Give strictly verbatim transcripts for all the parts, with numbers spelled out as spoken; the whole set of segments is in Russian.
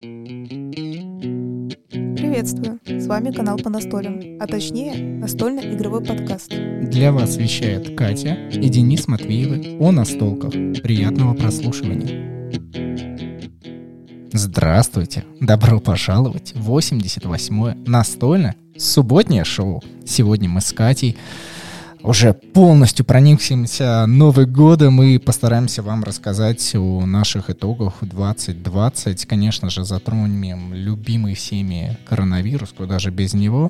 Приветствую! С вами канал по настолям, а точнее настольно-игровой подкаст. Для вас вещает Катя и Денис Матвеевы о настолках. Приятного прослушивания! Здравствуйте! Добро пожаловать в восемьдесят восьмое настольно-субботнее шоу. Сегодня мы с Катей уже полностью проникнемся Новым годом и постараемся вам рассказать о наших итогах двадцать двадцать. Конечно же, затронем любимый всеми коронавирус, куда же без него.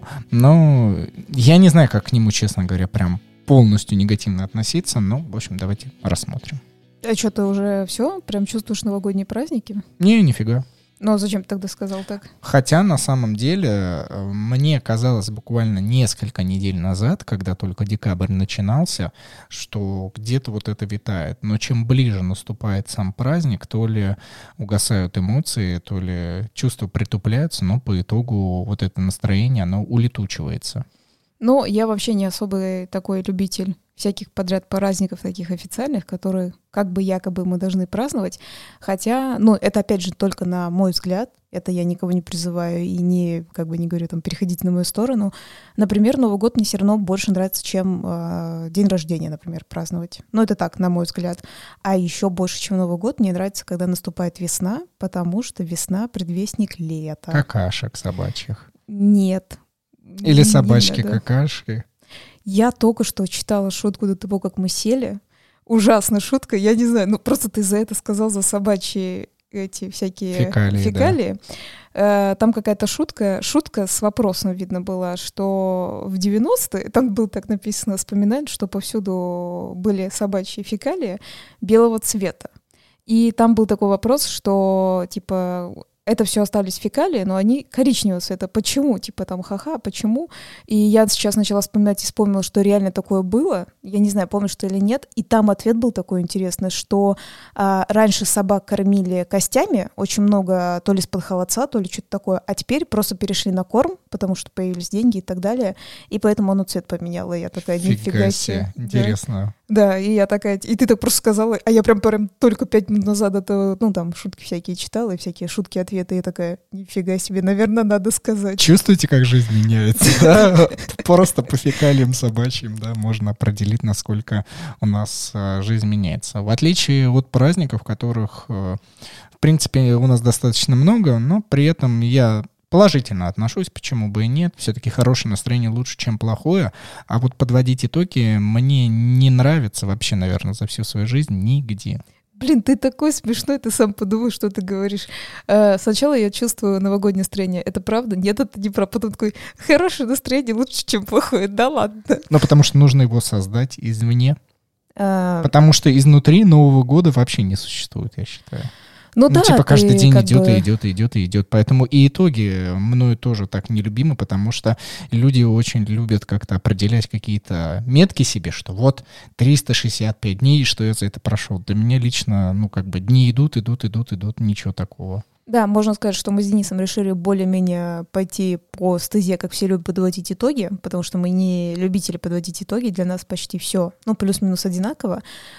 Но я не знаю, как к нему, честно говоря, прям полностью негативно относиться. Но, в общем, давайте рассмотрим. А что, ты уже все? Прям чувствуешь новогодние праздники? Не, нифига. Ну, а зачем ты тогда сказал так? Хотя, на самом деле, мне казалось буквально несколько недель назад, когда только декабрь начинался, что где-то вот это витает. Но чем ближе наступает сам праздник, то ли угасают эмоции, то ли чувства притупляются, но по итогу вот это настроение, оно улетучивается. Ну, я вообще не особый такой любитель всяких подряд праздников таких официальных, которые как бы якобы мы должны праздновать. Хотя, ну, это опять же только на мой взгляд. Это я никого не призываю и не, как бы не говорю, там, переходите на мою сторону. Например, Новый год мне все равно больше нравится, чем э, день рождения, например, праздновать. Ну, это так, на мой взгляд. А еще больше, чем Новый год, мне нравится, когда наступает весна, потому что весна — предвестник лета. Какашек собачьих. Нет. Или собачки-какашки. Я только что читала шутку до того, как мы сели. Ужасная шутка, я не знаю, ну просто ты за это сказал, за собачьи эти всякие фекалии. фекалии. Да. Там какая-то шутка, шутка с вопросом, видно, была, что в девяностые, там было так написано, вспоминают, что повсюду были собачьи фекалии белого цвета. И там был такой вопрос, что типа... это все остались фекалии, но они коричневого цвета. Почему? Типа там ха-ха, почему? И я сейчас начала вспоминать и вспомнила, что реально такое было. Я не знаю, помнишь ты или нет. И там ответ был такой интересный, что а, раньше собак кормили костями, очень много, то ли из-под холодца, то ли что-то такое, а теперь просто перешли на корм, потому что появились деньги и так далее, и поэтому оно цвет поменяло. И я такая, нифига себе. Интересно. Да. да, и я такая, и ты так просто сказала, а я прям, прям только пять минут назад это, ну там, шутки всякие читала, и всякие шутки, ответы, и я такая, нифига себе, наверное, надо сказать. Чувствуете, как жизнь меняется? Просто по фекалиям собачьим, да, можно определить, насколько у нас жизнь меняется. В отличие от праздников, которых, в принципе, у нас достаточно много, но при этом я положительно отношусь, почему бы и нет. Все-таки хорошее настроение лучше, чем плохое. А вот подводить итоги мне не нравится вообще, наверное, за всю свою жизнь нигде. Блин, ты такой смешной, ты сам подумай, что ты говоришь. Э, сначала я чувствую новогоднее настроение. Это правда? Нет, это не правда. Потом такой, хорошее настроение лучше, чем плохое. Да ладно. Ну, потому что нужно его создать извне. А... Потому что изнутри Нового года вообще не существует, я считаю. Ну, ну да, типа каждый день идет бы... и идет и идет и идет. Поэтому и итоги мною тоже так нелюбимы, потому что люди очень любят как-то определять какие-то метки себе, что вот триста шестьдесят пять дней, что я за это прошел. Для меня лично, ну как бы дни идут, идут, идут, идут, ничего такого. Да, можно сказать, что мы с Денисом решили более-менее пойти по стезе, как все любят подводить итоги, потому что мы не любители подводить итоги, для нас почти все, ну, плюс-минус одинаково,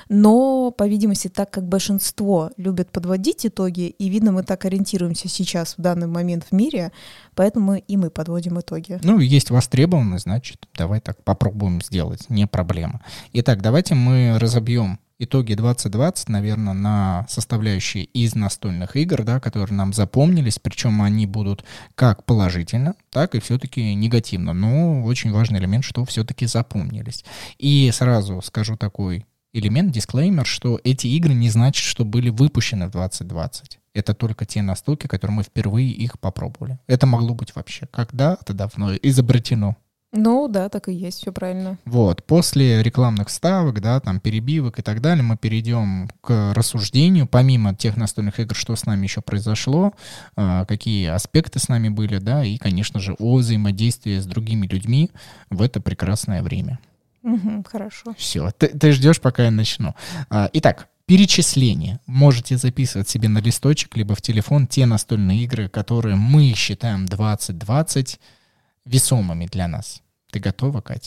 но, по видимости, так как большинство любят подводить итоги, и, видно, мы так ориентируемся сейчас в данный момент в мире, поэтому и мы подводим итоги. Ну, есть востребованность, значит, давай так попробуем сделать, не проблема. Итак, давайте мы разобьем итоги двадцать двадцать, наверное, на составляющие из настольных игр, да, которые нам запомнились, причем они будут как положительно, так и все-таки негативно. Но очень важный элемент, что все-таки запомнились. И сразу скажу такой элемент, дисклеймер, что эти игры не значит, что были выпущены в двадцать двадцать. Это только те настолки, которые мы впервые их попробовали. Это могло быть вообще когда-то давно изобретено. Ну да, так и есть, все правильно. Вот, после рекламных вставок, да, там перебивок и так далее, мы перейдем к рассуждению, помимо тех настольных игр, что с нами еще произошло, э, какие аспекты с нами были, да, и, конечно же, о взаимодействии с другими людьми в это прекрасное время. Угу, хорошо. Все, ты, ты ждешь, пока я начну. А, итак, перечисление. Можете записывать себе на листочек, либо в телефон те настольные игры, которые мы считаем двадцать двадцать весомыми для нас. Ты готова, Катя?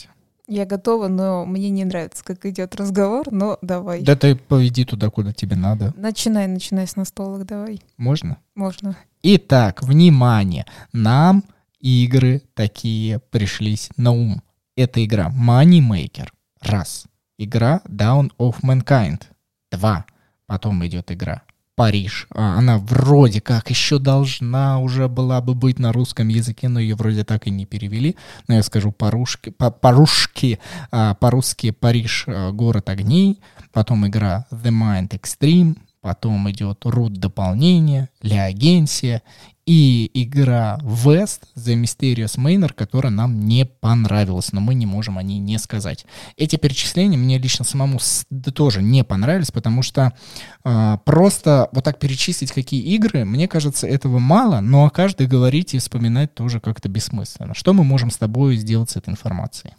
Я готова, но мне не нравится, как идет разговор, но давай. Да ты поведи туда, куда тебе надо. Начинай, начинай с настолок, давай. Можно? Можно. Итак, внимание, нам игры такие пришлись на ум. Это игра Moneymaker. Раз. Игра Dawn of Mankind. Два. Потом идет игра Париж. А, она вроде как еще должна уже была бы быть на русском языке, но ее вроде так и не перевели. Но я скажу по-русски, по- по-русски, а, по-русски Париж, а, город огней. Потом игра The Mind Extreme. Потом идет Root дополнение, La Agencia и игра West The Mysterious Manor, которая нам не понравилась, но мы не можем о ней не сказать. Эти перечисления мне лично самому с- да, тоже не понравились, потому что э, просто вот так перечислить, какие игры, мне кажется, этого мало, но о каждой говорить и вспоминать тоже как-то бессмысленно. Что мы можем с тобой сделать с этой информацией?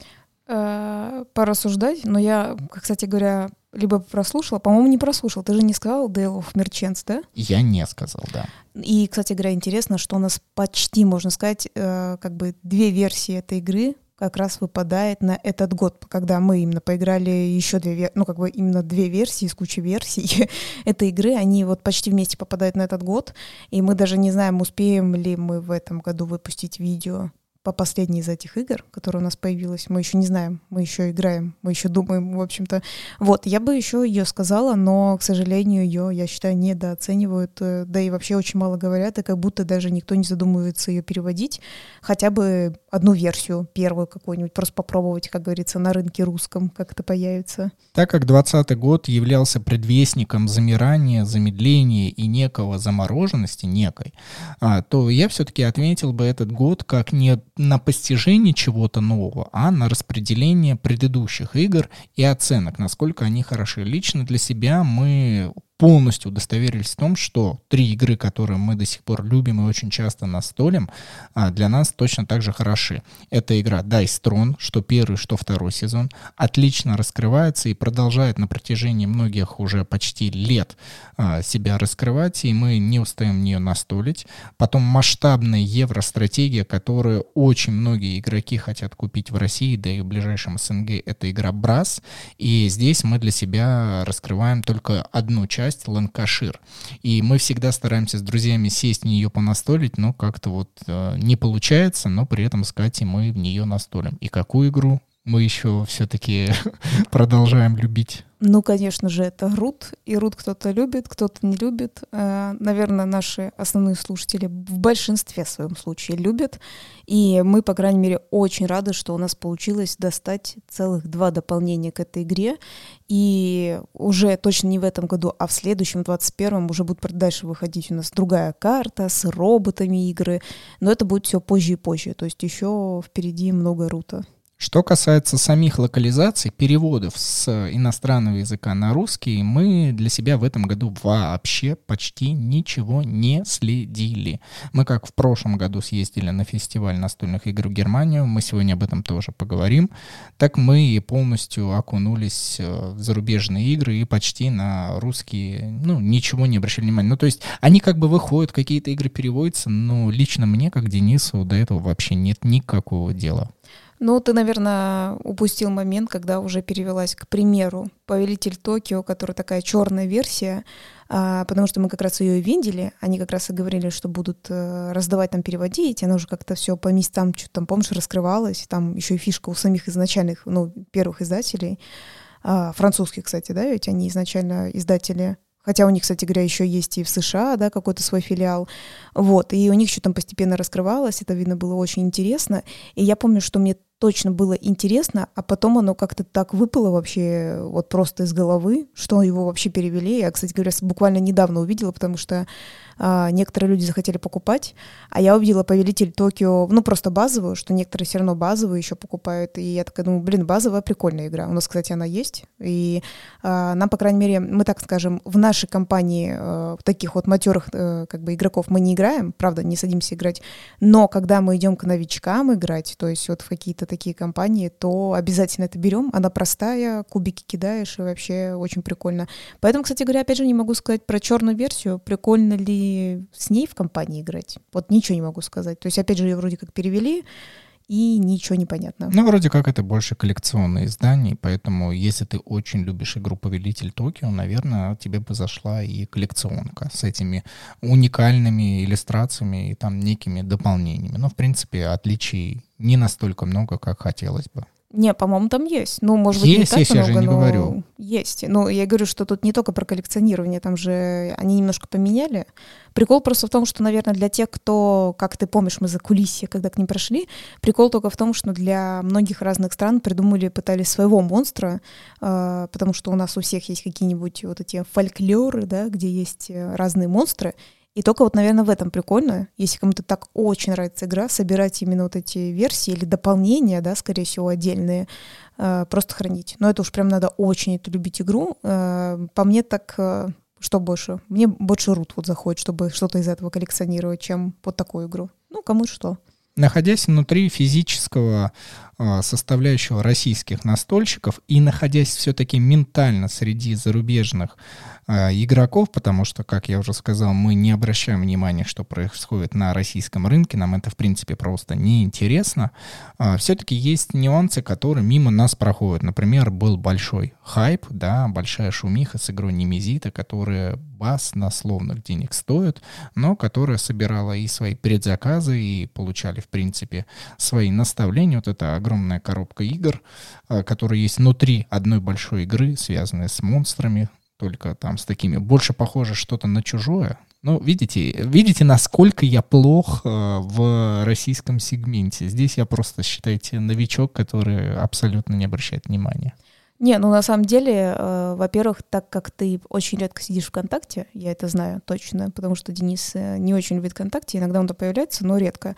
Э, Порассуждать, но я, кстати говоря, либо прослушала, по-моему, не прослушала. Ты же не сказал Dale of Merchants, да? Я не сказал, да. И, кстати говоря, интересно, что у нас почти, можно сказать, э, как бы две версии этой игры как раз выпадает на этот год, когда мы именно поиграли еще две, вер- ну, как бы именно две версии из кучи версий этой игры, они вот почти вместе попадают на этот год, и мы даже не знаем, успеем ли мы в этом году выпустить видео по последней из этих игр, которая у нас появилась. Мы еще не знаем, мы еще играем, мы еще думаем, в общем-то. Вот, я бы еще ее сказала, но, к сожалению, ее, я считаю, недооценивают, э, да и вообще очень мало говорят, и как будто даже никто не задумывается ее переводить, хотя бы одну версию, первую какую-нибудь, просто попробовать, как говорится, на рынке русском, как это появится. Так как двадцатый год являлся предвестником замирания, замедления и некого замороженности, некой, а, то я все-таки отметил бы этот год как не на постижение чего-то нового, а на распределение предыдущих игр и оценок, насколько они хороши. Лично для себя мы полностью удостоверились в том, что три игры, которые мы до сих пор любим и очень часто настолим, для нас точно так же хороши. Это игра Dice Throne, что первый, что второй сезон, отлично раскрывается и продолжает на протяжении многих уже почти лет себя раскрывать, и мы не устаем в нее настолить. Потом масштабная евростратегия, которую очень многие игроки хотят купить в России, да и в ближайшем СНГ, это игра Brass, и здесь мы для себя раскрываем только одну часть, Ланкашир. И мы всегда стараемся с друзьями сесть в нее понастолить, но как-то вот э, не получается, но при этом с Катей мы в нее настолим. И какую игру мы еще все-таки продолжаем любить? Ну, конечно же, это Root. И Root кто-то любит, кто-то не любит. Э, наверное, наши основные слушатели в большинстве своем случае любят. И мы, по крайней мере, очень рады, что у нас получилось достать целых два дополнения к этой игре. И уже точно не в этом году, а в следующем, двадцать первом, уже будет дальше выходить у нас другая карта с роботами игры. Но это будет все позже и позже. То есть еще впереди много Рута. Что касается самих локализаций, переводов с иностранного языка на русский, мы для себя в этом году вообще почти ничего не следили. Мы как в прошлом году съездили на фестиваль настольных игр в Германию, мы сегодня об этом тоже поговорим, так мы и полностью окунулись в зарубежные игры и почти на русские, ну, ничего не обращали внимания. Ну, то есть они как бы выходят, какие-то игры переводятся, но лично мне, как Денису, до этого вообще нет никакого дела. Ну, ты, наверное, упустил момент, когда уже перевелась, к примеру, «Повелитель Токио», которая такая черная версия, а, потому что мы как раз ее видели, они как раз и говорили, что будут а, раздавать там, переводить, она уже как-то все по местам, что-то там, помнишь, раскрывалась, там еще и фишка у самих изначальных, ну, первых издателей, а, французских, кстати, да, ведь они изначально издатели. Хотя у них, кстати говоря, еще есть и в США, да, какой-то свой филиал. Вот, и у них что-то там постепенно раскрывалось, это, видно, было очень интересно. И я помню, что мне точно было интересно, а потом оно как-то так выпало вообще вот просто из головы, что его вообще перевели. Я, кстати говоря, буквально недавно увидела, потому что а, некоторые люди захотели покупать, а я увидела «Повелитель Токио», ну, просто базовую, что некоторые все равно базовую еще покупают, и я такая думаю, блин, базовая прикольная игра. У нас, кстати, она есть, и а, нам, по крайней мере, мы, так скажем, в нашей компании а, таких вот матерых а, как бы игроков мы не играем, правда, не садимся играть, но когда мы идем к новичкам играть, то есть вот в какие-то такие компании, то обязательно это берем. Она простая, кубики кидаешь, и вообще очень прикольно. Поэтому, кстати говоря, опять же, не могу сказать про черную версию, прикольно ли с ней в компании играть. Вот ничего не могу сказать. То есть, опять же, ее вроде как перевели, и ничего не понятно. Ну, вроде как это больше коллекционные издания, поэтому если ты очень любишь игру «Повелитель Токио», наверное, тебе бы зашла и коллекционка с этими уникальными иллюстрациями и там некими дополнениями. Но, в принципе, отличий не настолько много, как хотелось бы. Не, по-моему, там есть. Ну, может быть, есть, не так есть, много, я же не но говорю. Есть. Ну, я говорю, что тут не только про коллекционирование, там же они немножко поменяли. Прикол просто в том, что, наверное, для тех, кто, как ты помнишь, мы за кулисье, когда к ним прошли, прикол только в том, что для многих разных стран придумали, пытались своего монстра, э, потому что у нас у всех есть какие-нибудь вот эти фольклоры, да, где есть разные монстры. И только вот, наверное, в этом прикольно, если кому-то так очень нравится игра, собирать именно вот эти версии или дополнения, да, скорее всего, отдельные, э, просто хранить. Но это уж прям надо очень это любить игру. Э, по мне так, э, что больше? Мне больше Root вот заходит, чтобы что-то из этого коллекционировать, чем вот такую игру. Ну, кому что. Находясь внутри физического э, составляющего российских настольщиков и находясь все-таки ментально среди зарубежных э, игроков, потому что, как я уже сказал, мы не обращаем внимания, что происходит на российском рынке, нам это, в принципе, просто неинтересно, э, все-таки есть нюансы, которые мимо нас проходят. Например, был большой хайп, да, большая шумиха с игрой Немезида, которая баснословных денег стоит, но которая собирала и свои предзаказы, и получали, в принципе, свои наставления. Вот это огромная коробка игр, которая есть внутри одной большой игры, связанная с монстрами, только там с такими, больше похоже что-то на чужое. Ну, видите, видите, насколько я плох э, в российском сегменте. Здесь я просто, считайте, новичок, который абсолютно не обращает внимания. Не, ну на самом деле, э, во-первых, так как ты очень редко сидишь ВКонтакте, я это знаю точно, потому что Денис э, не очень любит ВКонтакте, иногда он там появляется, но редко.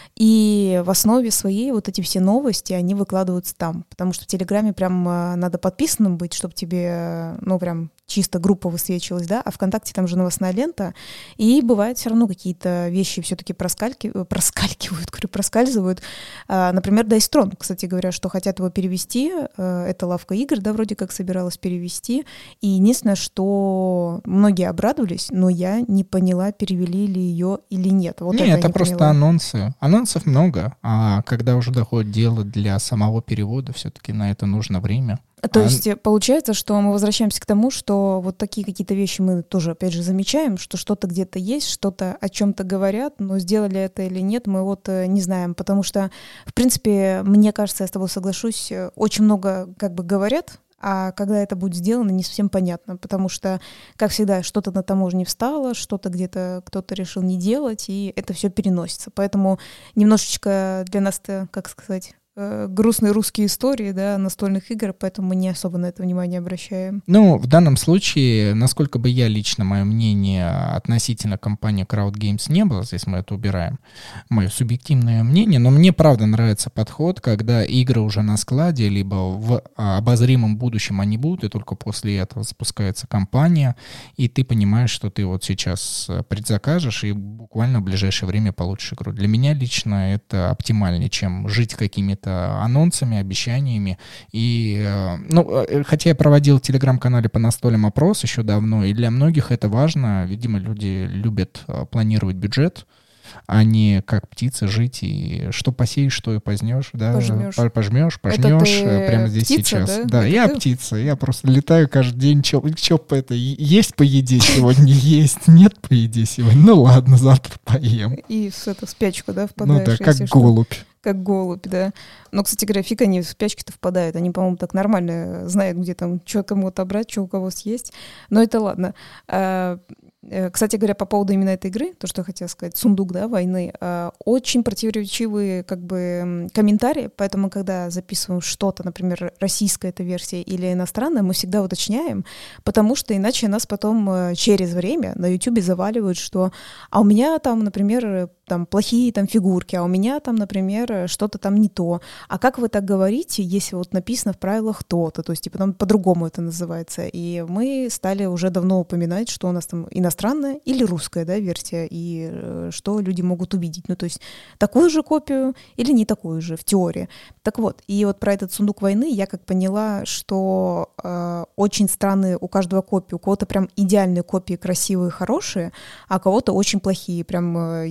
И в основе своей вот эти все новости, они выкладываются там, потому что в Телеграме прям э, надо подписанным быть, чтобы тебе, э, ну прям чисто группа высвечивалась, да, а ВКонтакте там же новостная лента, и бывает все равно какие-то вещи все-таки проскальки... проскалькивают, говорю, проскальзывают. А, например, Dice Throne, кстати говоря, что хотят его перевести, э, это лавка игр, да, вроде как собиралась перевести, и единственное, что многие обрадовались, но я не поняла, перевели ли ее или нет. Вот нет, это, это не просто поняла. анонсы. Анонсов много, а когда уже доходит дело для самого перевода, все-таки на это нужно время. То а... есть получается, что мы возвращаемся к тому, что вот такие какие-то вещи мы тоже, опять же, замечаем, что что-то где-то есть, что-то о чем-то говорят, но сделали это или нет, мы вот не знаем, потому что, в принципе, мне кажется, я с тобой соглашусь, очень много как бы говорят, а когда это будет сделано, не совсем понятно, потому что, как всегда, что-то на таможне встало, что-то где-то кто-то решил не делать, и это все переносится. Поэтому немножечко для нас-то, как сказать, грустные русские истории, да, настольных игр, поэтому мы не особо на это внимание обращаем. Ну, в данном случае, насколько бы я лично, мое мнение относительно компании Crowd Games не было, здесь мы это убираем, мое субъективное мнение, но мне правда нравится подход, когда игры уже на складе, либо в обозримом будущем они будут, и только после этого запускается кампания, и ты понимаешь, что ты вот сейчас предзакажешь, и буквально в ближайшее время получишь игру. Для меня лично это оптимальнее, чем жить какими-то анонсами, обещаниями. И, ну, хотя я проводил в телеграм-канале по настольным опрос еще давно, и для многих это важно. Видимо, люди любят планировать бюджет, а не как птица жить, и что посеешь, что и познешь, да, пожмешь, пожмешь, пожнешь прямо здесь птица, сейчас. Да, да я ты? птица, я просто летаю каждый день, чё, чё это, есть по еде сегодня, есть, нет по еде сегодня, ну ладно, завтра поем. И в эту спячку, да, впадаешь. Ну да, как голубь. Как голубь, да. Но, кстати говоря, фиг они в спячки-то впадают. Они, по-моему, так нормально знают, где там, что кому-то брать, что у кого съесть. Но это ладно. А, кстати говоря, по поводу именно этой игры, то, что я хотела сказать, сундук, да, войны, а, очень противоречивые как бы комментарии, поэтому, когда записываем что-то, например, российская эта версия или иностранная, мы всегда уточняем, потому что иначе нас потом через время на Ютубе заваливают, что а у меня там, например, там плохие там фигурки, а у меня там, например, что-то там не то. А как вы так говорите, если вот написано в правилах то-то, то есть и потом по-другому это называется. И мы стали уже давно упоминать, что у нас там иностранная или русская, да, версия, и э, что люди могут увидеть. Ну, то есть такую же копию или не такую же в теории. Так вот, и вот про этот сундук войны я как поняла, что э, очень странные у каждого копии. У кого-то прям идеальные копии, красивые, хорошие, а у кого-то очень плохие. Прям э, я видела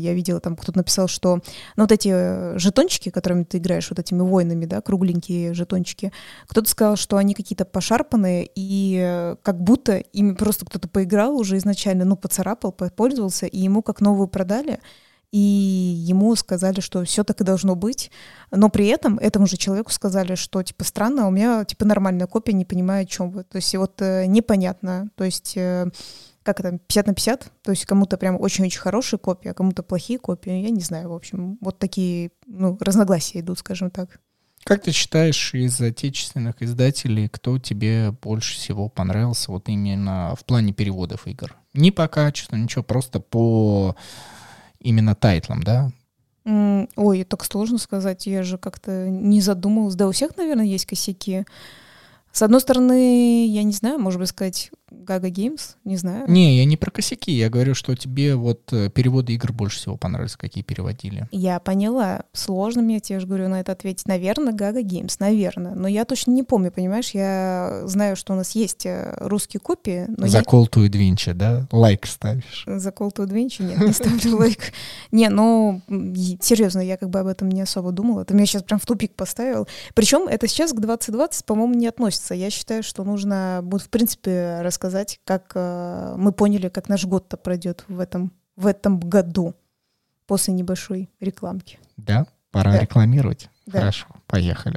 там кто-то написал, что ну, вот эти жетончики, которыми ты играешь, вот этими воинами, да, кругленькие жетончики, кто-то сказал, что они какие-то пошарпанные, и как будто ими просто кто-то поиграл уже изначально, ну, поцарапал, попользовался, и ему как новую продали, и ему сказали, что все так и должно быть, но при этом этому же человеку сказали, что, типа, странно, у меня, типа, нормальная копия, не понимаю, о чем вы. То есть вот э, непонятно, то есть э, как это, пятьдесят на пятьдесят, то есть кому-то прям очень-очень хорошие копии, а кому-то плохие копии, я не знаю, в общем, вот такие, ну, разногласия идут, скажем так. Как ты считаешь, из отечественных издателей, кто тебе больше всего понравился вот именно в плане переводов игр? Не по качеству, ничего, просто по... именно тайтлом, да? Mm, ой, так сложно сказать, я же как-то не задумывалась. Да, у всех, наверное, есть косяки. С одной стороны, я не знаю, может быть, сказать Gaga Games, не знаю. Не, я не про косяки, я говорю, что тебе вот переводы игр больше всего понравились, какие переводили. Я поняла. Сложно мне, я же говорю, на это ответить. Наверное, Gaga Games, наверное. Но я точно не помню, понимаешь? Я знаю, что у нас есть русские копии. Но За я... Call to Adventure, да? Лайк ставишь. За Call to Adventure? Нет, не ставлю лайк. Не, ну, серьезно, я как бы об этом не особо думала. Ты меня сейчас прям в тупик поставил. Причем это сейчас к двадцать двадцать, по-моему, не относится. Я считаю, что нужно будет, в принципе, рассказать, как э, мы поняли, как наш год-то пройдет в этом, в этом году после небольшой рекламки. Да? Пора да. рекламировать? Да. Хорошо, поехали.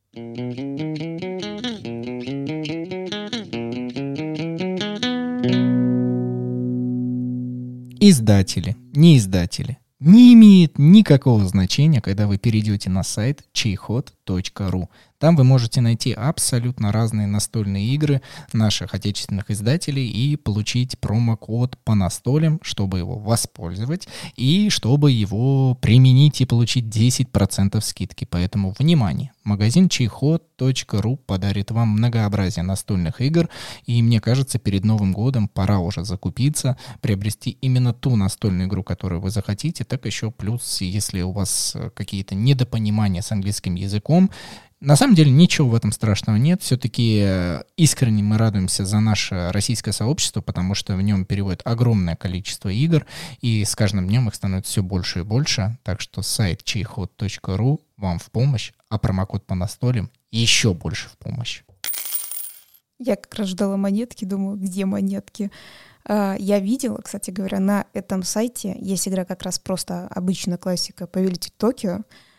Издатели, не издатели. Не имеет никакого значения, когда вы перейдете на сайт чейхот точка ру. Там вы можете найти абсолютно разные настольные игры наших отечественных издателей и получить промокод по настолям, чтобы его воспользовать и чтобы его применить и получить десять процентов скидки. Поэтому, внимание, магазин чейхот точка ру подарит вам многообразие настольных игр, и мне кажется, перед Новым годом пора уже закупиться, приобрести именно ту настольную игру, которую вы захотите, так еще плюс, если у вас какие-то недопонимания с английским языком, на самом деле ничего в этом страшного нет. Все-таки искренне мы радуемся за наше российское сообщество, потому что в нем переводят огромное количество игр, и с каждым днем их становится все больше и больше. Так что сайт чейхот точка ру вам в помощь, а промокод по настолям еще больше в помощь. Я как раз ждала монетки, думаю, где монетки? Я видела, кстати говоря, на этом сайте есть игра как раз просто обычная классика «Повелитель Токио»,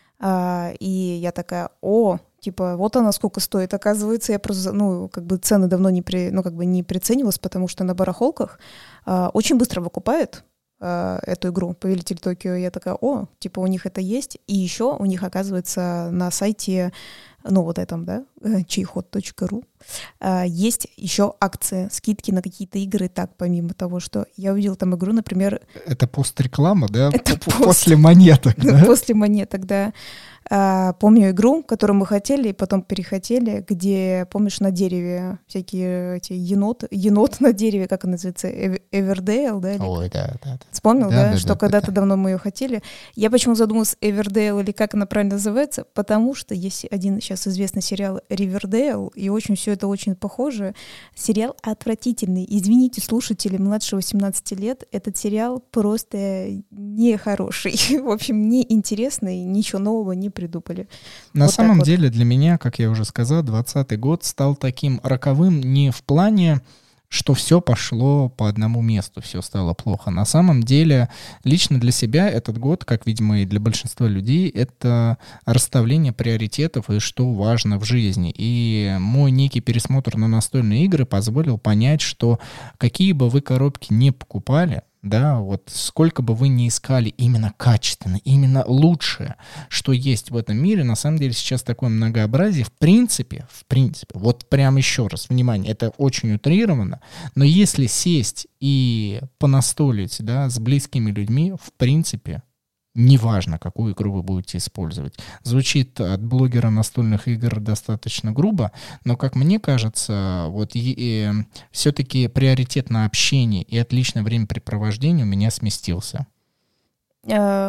и я такая, о, типа, вот она сколько стоит. Оказывается, я просто, ну, как бы цены давно не, при, ну, как бы не приценивалась, потому что на барахолках а, очень быстро выкупают а, эту игру «Повелитель Токио». Я такая, о, типа, у них это есть. И еще у них, оказывается, на сайте, ну, вот этом, да, чейхот точка ру, а, есть еще акции, скидки на какие-то игры. Так, помимо того, что я увидела там игру, например... Это постреклама, да? Это После пост... монеток, да? После монеток, да. А, помню игру, которую мы хотели, и потом перехотели, где, помнишь, на дереве всякие эти еноты, енот на дереве, как он называется, Эвердейл, да? Или... Ой, да, да. Вспомнил, да, да, да что да, когда-то да. давно мы ее хотели. Я почему задумалась Эвердейл, или как она правильно называется, потому что есть один сейчас известный сериал Ривердейл, и очень все это очень похоже. Сериал отвратительный. Извините, слушатели младше восемнадцати лет, этот сериал просто нехороший. В общем, неинтересный, ничего нового не придумали. На вот самом вот. деле для меня, как я уже сказал, двадцатый год стал таким роковым не в плане, что все пошло по одному месту, все стало плохо. На самом деле, лично для себя этот год, как, видимо, и для большинства людей, это расставление приоритетов и что важно в жизни. И мой некий пересмотр на настольные игры позволил понять, что какие бы вы коробки не покупали, да, вот сколько бы вы ни искали именно качественно, именно лучшее, что есть в этом мире, на самом деле сейчас такое многообразие, в принципе, в принципе, вот прям еще раз, внимание, это очень утрировано, но если сесть и понастолить, да, с близкими людьми, в принципе, неважно, какую игру вы будете использовать. Звучит от блогера настольных игр достаточно грубо, но, как мне кажется, вот и, и, все-таки приоритет на общение и отличное времяпрепровождение у меня сместился. А,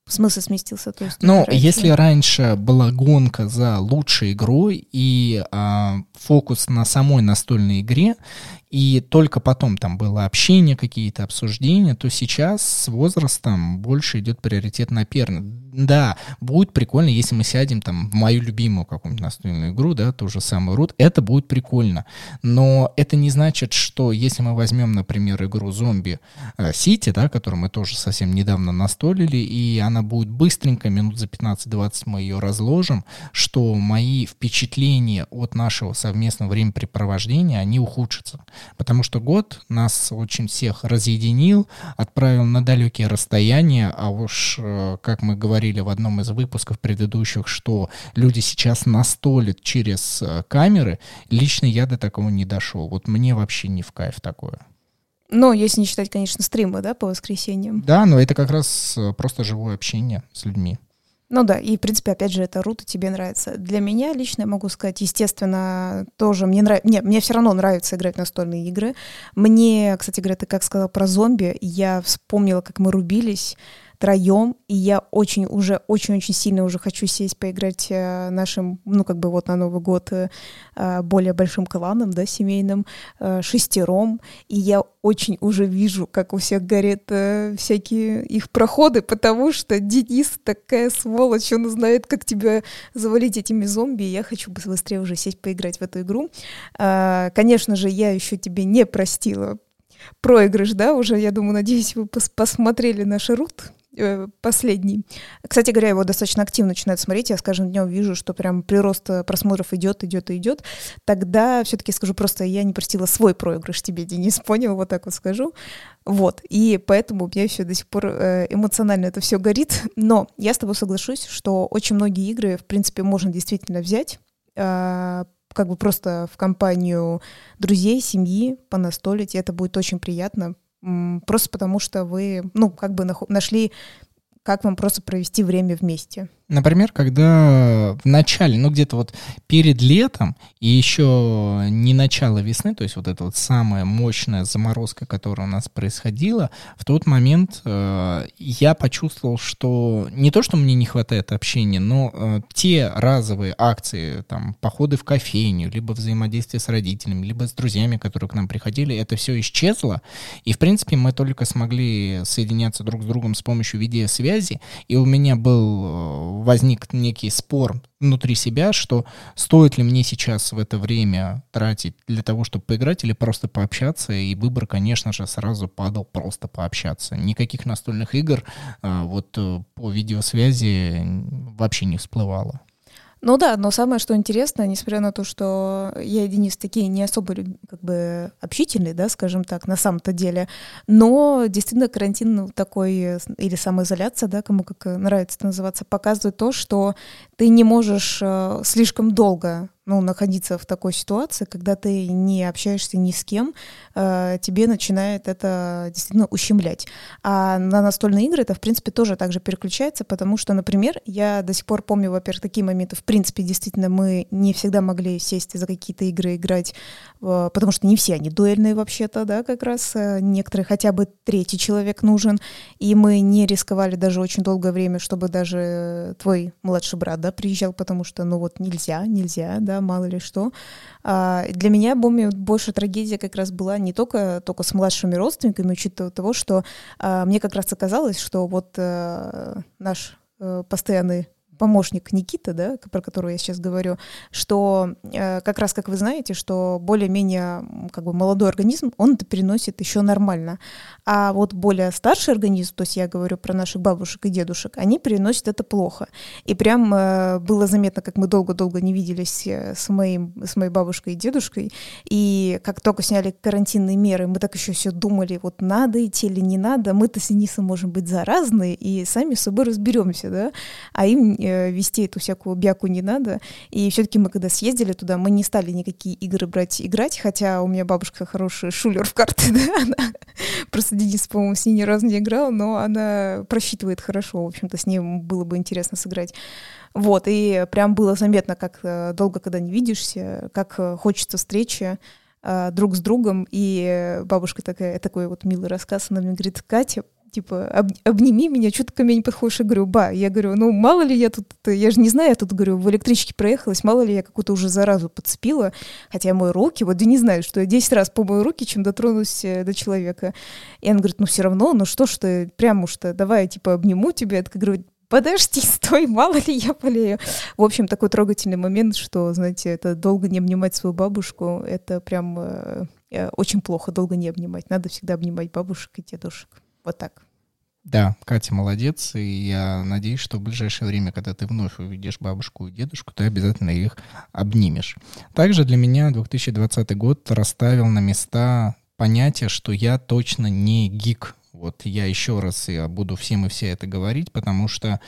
В смысле сместился? То есть, ну, раньше... если раньше была гонка за лучшей игрой и а, фокус на самой настольной игре, и только потом там было общение, какие-то обсуждения, то сейчас с возрастом больше идет приоритет на первый. Да, будет прикольно, если мы сядем там в мою любимую какую-нибудь настольную игру, да, ту же самую Root, это будет прикольно. Но это не значит, что если мы возьмем, например, игру Zombie City, да, которую мы тоже совсем недавно настолили, и она будет быстренько, минут за пятнадцать-двадцать мы ее разложим, что мои впечатления от нашего совместного времяпрепровождения, они ухудшатся. Потому что год нас очень всех разъединил, отправил на далекие расстояния, а уж, как мы говорили в одном из выпусков предыдущих, что люди сейчас настолят через камеры, лично я до такого не дошел. Вот мне вообще не в кайф такое. Но если не считать, конечно, стримы, да, по воскресеньям. Да, но это как раз просто живое общение с людьми. Ну да, и, в принципе, опять же, это Root, и тебе нравится. Для меня лично я могу сказать, естественно, тоже мне нравится... Нет, мне все равно нравится играть в настольные игры. Мне, кстати говоря, ты как сказала про зомби, я вспомнила, как мы рубились троем, и я очень уже, очень-очень сильно уже хочу сесть поиграть э, нашим, ну, как бы вот на Новый год э, более большим кланом, да, семейным, э, шестером, и я очень уже вижу, как у всех горят э, всякие их проходы, потому что Денис такая сволочь, он знает, как тебя завалить этими зомби, и я хочу быстрее уже сесть поиграть в эту игру. Э, конечно же, я еще тебе не простила проигрыш, да, уже, я думаю, надеюсь, вы пос- посмотрели наш Root последний. Кстати говоря, его достаточно активно начинают смотреть. Я с каждым днем вижу, что прям прирост просмотров идет, идет и идет. Тогда все-таки скажу просто, я не простила свой проигрыш тебе, Денис, понял? Вот так вот скажу. Вот. И поэтому у меня все до сих пор эмоционально это все горит. Но я с тобой соглашусь, что очень многие игры, в принципе, можно действительно взять, как бы просто в компанию друзей, семьи, понастолить, и это будет очень приятно. Просто потому, что вы, ну, как бы нашли, как вам просто провести время вместе. Например, когда в начале, ну где-то вот перед летом и еще не начало весны, то есть вот эта вот самая мощная заморозка, которая у нас происходила, в тот момент э, я почувствовал, что не то, что мне не хватает общения, но э, те разовые акции, там, походы в кофейню, либо взаимодействие с родителями, либо с друзьями, которые к нам приходили, это все исчезло, и в принципе мы только смогли соединяться друг с другом с помощью видеосвязи, и у меня был возник некий спор внутри себя, что стоит ли мне сейчас в это время тратить для того, чтобы поиграть, или просто пообщаться, и выбор, конечно же, сразу падал просто пообщаться. Никаких настольных игр а, вот по видеосвязи вообще не всплывало. Ну да, но самое, что интересно, несмотря на то, что я и Денис такие не особо как бы общительные, да, скажем так, на самом-то деле, но действительно карантин такой, или самоизоляция, да, кому как нравится это называться, показывает то, что ты не можешь э, слишком долго ну, находиться в такой ситуации, когда ты не общаешься ни с кем, э, тебе начинает это действительно ущемлять. А на настольные игры это, в принципе, тоже так же переключается, потому что, например, я до сих пор помню, во-первых, такие моменты, в принципе, действительно, мы не всегда могли сесть за какие-то игры играть, э, потому что не все они дуэльные вообще-то, да, как раз, э, некоторые хотя бы третий человек нужен, и мы не рисковали даже очень долгое время, чтобы даже твой младший брат, да, приезжал, потому что, ну вот, нельзя, нельзя, да, мало ли что. А для меня, помню, больше трагедия как раз была не только, только с младшими родственниками, учитывая того, что а, мне как раз оказалось, что вот а, наш а, постоянный помощник Никита, да, про которого я сейчас говорю, что э, как раз, как вы знаете, что более-менее как бы молодой организм, он это переносит еще нормально. А вот более старший организм, то есть я говорю про наших бабушек и дедушек, они переносят это плохо. И прям э, было заметно, как мы долго-долго не виделись с, моим, с моей бабушкой и дедушкой, и как только сняли карантинные меры, мы так еще все думали, вот надо идти или не надо, мы-то с Денисом можем быть заразны, и сами с собой разберемся, да, а им вести эту всякую бяку не надо. И все-таки мы, когда съездили туда, мы не стали никакие игры брать играть, хотя у меня бабушка хороший шулер в карты, да, она просто Денис, по-моему, с ней ни разу не играл, но она просчитывает хорошо, в общем-то, с ней было бы интересно сыграть. Вот, и прям было заметно, как долго, когда не видишься, как хочется встречи друг с другом, и бабушка такая, такой вот милый рассказ, она мне говорит: Катя, типа, об, обними меня, что ты ко мне не подходишь? Я говорю, ба, я говорю, ну, мало ли я тут, я же не знаю, я тут, говорю, в электричке проехалась, мало ли я какую-то уже заразу подцепила, хотя я мою руки, вот я не знаю, что я десять раз помою руки, чем дотронусь до человека. И он говорит, ну, все равно, ну, что ж ты, прям уж-то, давай, я, типа, обниму тебя. Я так говорю, подожди, стой, мало ли я болею. В общем, такой трогательный момент, что, знаете, это долго не обнимать свою бабушку, это прям э, очень плохо, долго не обнимать. Надо всегда обнимать бабушек и дедушек. Вот так. Да, Катя молодец, и я надеюсь, что в ближайшее время, когда ты вновь увидишь бабушку и дедушку, ты обязательно их обнимешь. Также для меня две тысячи двадцатый год расставил на места понятие, что я точно не гик. Вот я еще раз я буду всем и все это говорить, потому что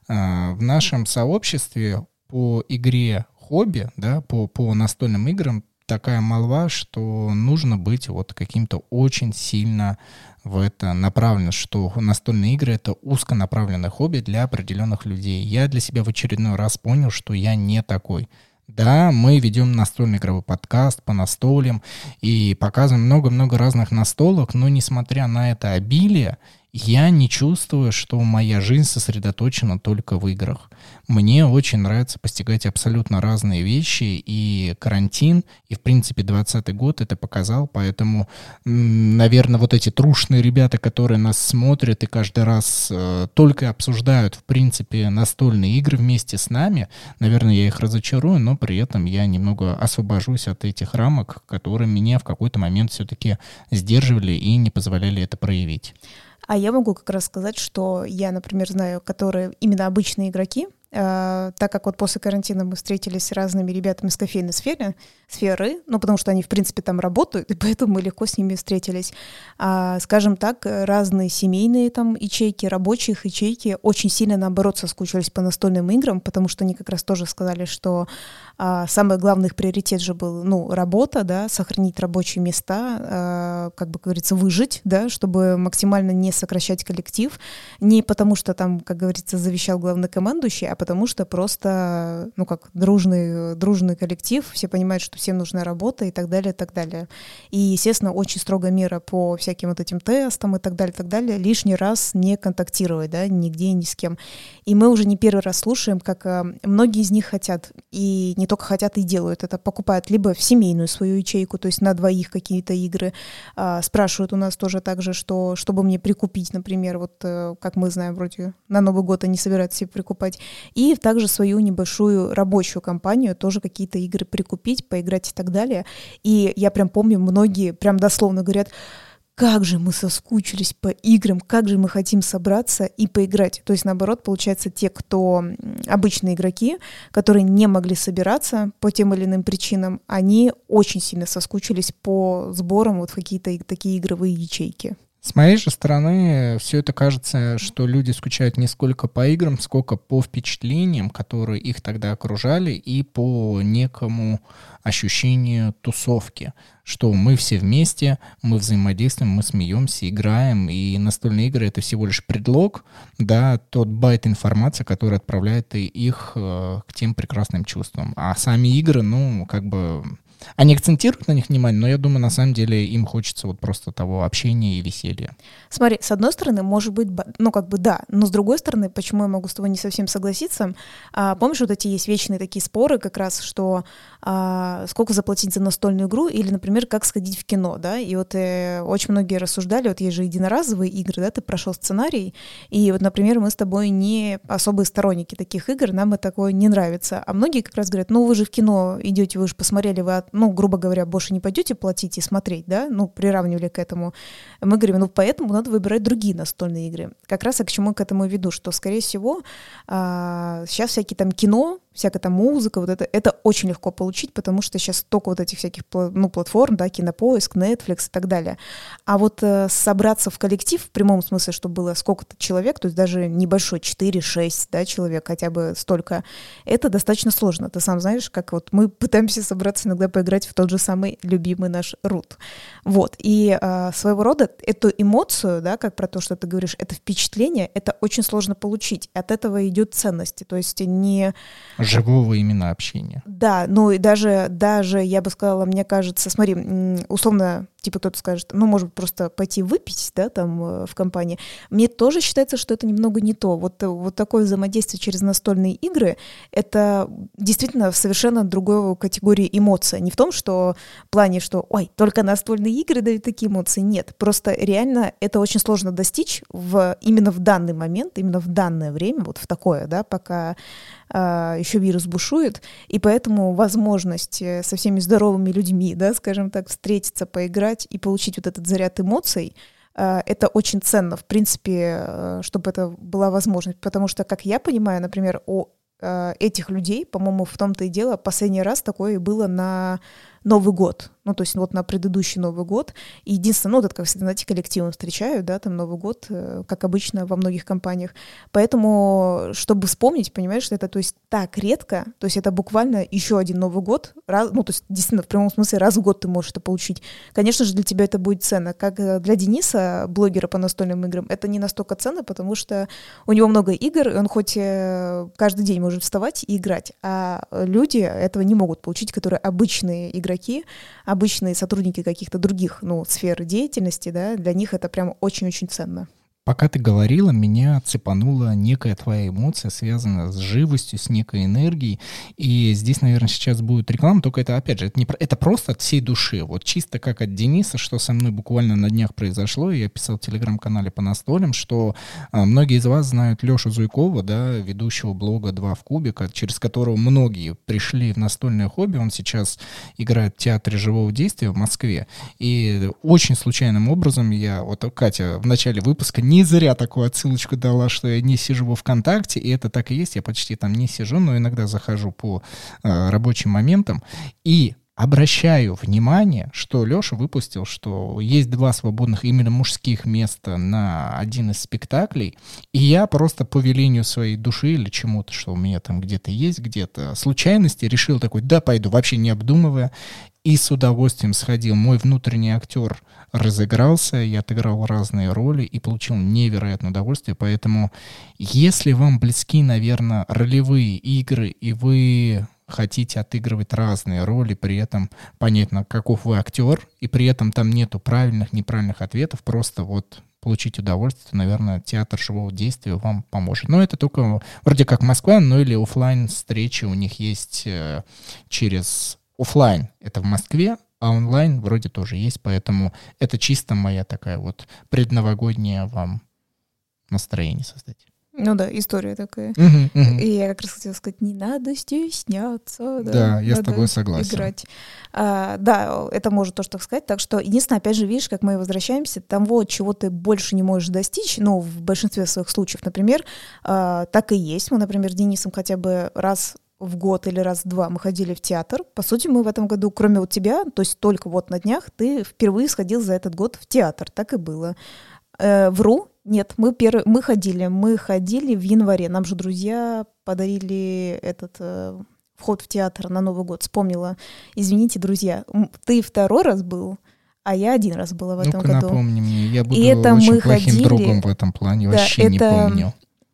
э, в нашем сообществе по игре хобби, да, по, по настольным играм такая молва, что нужно быть вот каким-то очень сильно в это направлено, что настольные игры — это узконаправленное хобби для определенных людей. Я для себя в очередной раз понял, что я не такой. Да, мы ведем настольный игровой подкаст по настольям и показываем много-много разных настолок, но несмотря на это обилие, я не чувствую, что моя жизнь сосредоточена только в играх. Мне очень нравится постигать абсолютно разные вещи, и карантин, и, в принципе, двадцатый год это показал, поэтому, наверное, вот эти трушные ребята, которые нас смотрят и каждый раз э, только обсуждают, в принципе, настольные игры вместе с нами, наверное, я их разочарую, но при этом я немного освобожусь от этих рамок, которые меня в какой-то момент все-таки сдерживали и не позволяли это проявить. А я могу как раз сказать, что я, например, знаю, которые именно обычные игроки, э, так как вот после карантина мы встретились с разными ребятами из кофейной сферы, сферы, ну, потому что они, в принципе, там работают, и поэтому мы легко с ними встретились. А, скажем так, разные семейные там ячейки, рабочие ячейки очень сильно, наоборот, соскучились по настольным играм, потому что они как раз тоже сказали, что а, самый главный их приоритет же был, ну, работа, да, сохранить рабочие места, а, как бы, как говорится, выжить, да, чтобы максимально не сокращать коллектив, не потому что там, как говорится, завещал главнокомандующий, а потому что просто, ну, как дружный, дружный коллектив, все понимают, что всем нужна работа и так далее, и так далее. И, естественно, очень строгая мера по всяким вот этим тестам и так далее, и так далее, лишний раз не контактировать, да, нигде, ни с кем. И мы уже не первый раз слушаем, как а, многие из них хотят, и не только хотят, и делают это, покупают либо в семейную свою ячейку, то есть на двоих какие-то игры, а, спрашивают у нас тоже так же, что, чтобы мне прикупить, например, вот, а, как мы знаем, вроде на Новый год они собираются себе прикупать, и также свою небольшую рабочую компанию, тоже какие-то игры прикупить, поиграть и так далее. И я прям помню, многие прям дословно говорят, как же мы соскучились по играм, как же мы хотим собраться и поиграть. То есть, наоборот, получается, те, кто обычные игроки, которые не могли собираться по тем или иным причинам, они очень сильно соскучились по сборам вот в какие-то такие игровые ячейки. С моей же стороны, все это кажется, что люди скучают не сколько по играм, сколько по впечатлениям, которые их тогда окружали, и по некому ощущению тусовки, что мы все вместе, мы взаимодействуем, мы смеемся, играем, и настольные игры — это всего лишь предлог, да, тот байт информации, который отправляет их э, к тем прекрасным чувствам. А сами игры, ну, как бы... Они акцентируют на них внимание, но я думаю, на самом деле им хочется вот просто того общения и веселья. Смотри, с одной стороны, может быть, ну как бы да, но с другой стороны, почему я могу с тобой не совсем согласиться, а, помнишь, вот эти есть вечные такие споры как раз, что а, сколько заплатить за настольную игру или, например, как сходить в кино, да, и вот э, очень многие рассуждали, вот есть же единоразовые игры, да, ты прошел сценарий, и вот, например, мы с тобой не особые сторонники таких игр, нам это такое не нравится, а многие как раз говорят, ну вы же в кино идете, вы же посмотрели, вы ну, грубо говоря, больше не пойдете платить и смотреть, да, ну, приравнивали к этому. Мы говорим, ну, поэтому надо выбирать другие настольные игры. Как раз я к чему к этому веду, что, скорее всего, а, сейчас всякие там кино, всякая там музыка, вот это, это очень легко получить, потому что сейчас столько вот этих всяких, ну, платформ, да, Кинопоиск, Netflix и так далее. А вот э, собраться в коллектив, в прямом смысле, чтобы было сколько-то человек, то есть даже небольшой, четыре-шесть, да, человек, хотя бы столько, это достаточно сложно. Ты сам знаешь, как вот мы пытаемся собраться иногда поиграть в тот же самый любимый наш Рут. Вот, и э, своего рода эту эмоцию, да, как про то, что ты говоришь, это впечатление, это очень сложно получить. От этого идет ценности, то есть не... живого именно общения. Да, ну и даже, даже, я бы сказала, мне кажется, смотри, условно, типа кто-то скажет, ну, может просто пойти выпить, да, там, в компании. Мне тоже считается, что это немного не то. Вот, вот такое взаимодействие через настольные игры, это действительно совершенно другой категории эмоций. Не в том, что в плане, что, ой, только настольные игры дают такие эмоции. Нет, просто реально это очень сложно достичь в, именно в данный момент, именно в данное время, вот в такое, да, пока а, еще вирус бушует, и поэтому возможность со всеми здоровыми людьми, да, скажем так, встретиться, поиграть и получить вот этот заряд эмоций, а, это очень ценно, в принципе, чтобы это была возможность, потому что, как я понимаю, например, у а, этих людей, по-моему, в том-то и дело, последний раз такое было на Новый год, ну, то есть вот на предыдущий Новый год. И единственное, ну, вот это, как всегда, знаете, коллективно встречают, да, там Новый год, как обычно во многих компаниях. Поэтому, чтобы вспомнить, понимаешь, что это, то есть, так редко, то есть это буквально еще один Новый год, раз, ну, то есть, действительно, в прямом смысле, раз в год ты можешь это получить. Конечно же, для тебя это будет ценно. Как для Дениса, блогера по настольным играм, это не настолько ценно, потому что у него много игр, и он хоть каждый день может вставать и играть, а люди этого не могут получить, которые обычные игроки, обычные сотрудники каких-то других, ну, сфер деятельности, да, для них это прям очень-очень ценно. Пока ты говорила, меня цепанула некая твоя эмоция, связанная с живостью, с некой энергией. И здесь, наверное, сейчас будет реклама, только это, опять же, это, не, это просто от всей души. Вот чисто как от Дениса, что со мной буквально на днях произошло. Я писал в телеграм-канале по настолям, что а, многие из вас знают Лешу Зуйкова, да, ведущего блога «Два в кубика», через которого многие пришли в настольное хобби. Он сейчас играет в театре живого действия в Москве. И очень случайным образом я, вот Катя в начале выпуска не Не зря такую отсылочку дала, что я не сижу во ВКонтакте, и это так и есть, я почти там не сижу, но иногда захожу по э, рабочим моментам и обращаю внимание, что Леша выпустил, что есть два свободных именно мужских места на один из спектаклей, и я просто по велению своей души или чему-то, что у меня там где-то есть, где-то случайности, решил такой, да, пойду, вообще не обдумывая, и с удовольствием сходил. Мой внутренний актер разыгрался, я отыграл разные роли и получил невероятное удовольствие. Поэтому, если вам близки, наверное, ролевые игры, и вы хотите отыгрывать разные роли, при этом понятно, каков вы актер, и при этом там нету правильных, неправильных ответов, просто вот получить удовольствие, наверное, театр живого действия вам поможет. Но это только вроде как Москва, но или офлайн встречи у них есть э, через... Офлайн это в Москве, а онлайн вроде тоже есть, поэтому это чисто моя такая вот предновогодняя вам настроение создать. Ну да, история такая. Угу, угу. И я как раз хотела сказать, не надо стесняться. Да, да я надо с тобой согласен. Играть. А, да, это может тоже так сказать. Так что, единственное, опять же, видишь, как мы возвращаемся, того, чего ты больше не можешь достичь, ну, в большинстве своих случаев, например, а, так и есть. Мы, например, с Денисом хотя бы раз в год или раз в два мы ходили в театр. По сути, мы в этом году, кроме вот тебя, то есть только вот на днях, ты впервые сходил за этот год в театр. Так и было. Э, вру. Нет, мы, пер... мы ходили. Мы ходили в январе. Нам же друзья подарили этот э, вход в театр на Новый год. Вспомнила. Извините, друзья, ты второй раз был, а я один раз была в этом Ну-ка, году. напомни мне. Я буду И это очень мы плохим ходили... другом в этом плане. Да, вообще это... не помню.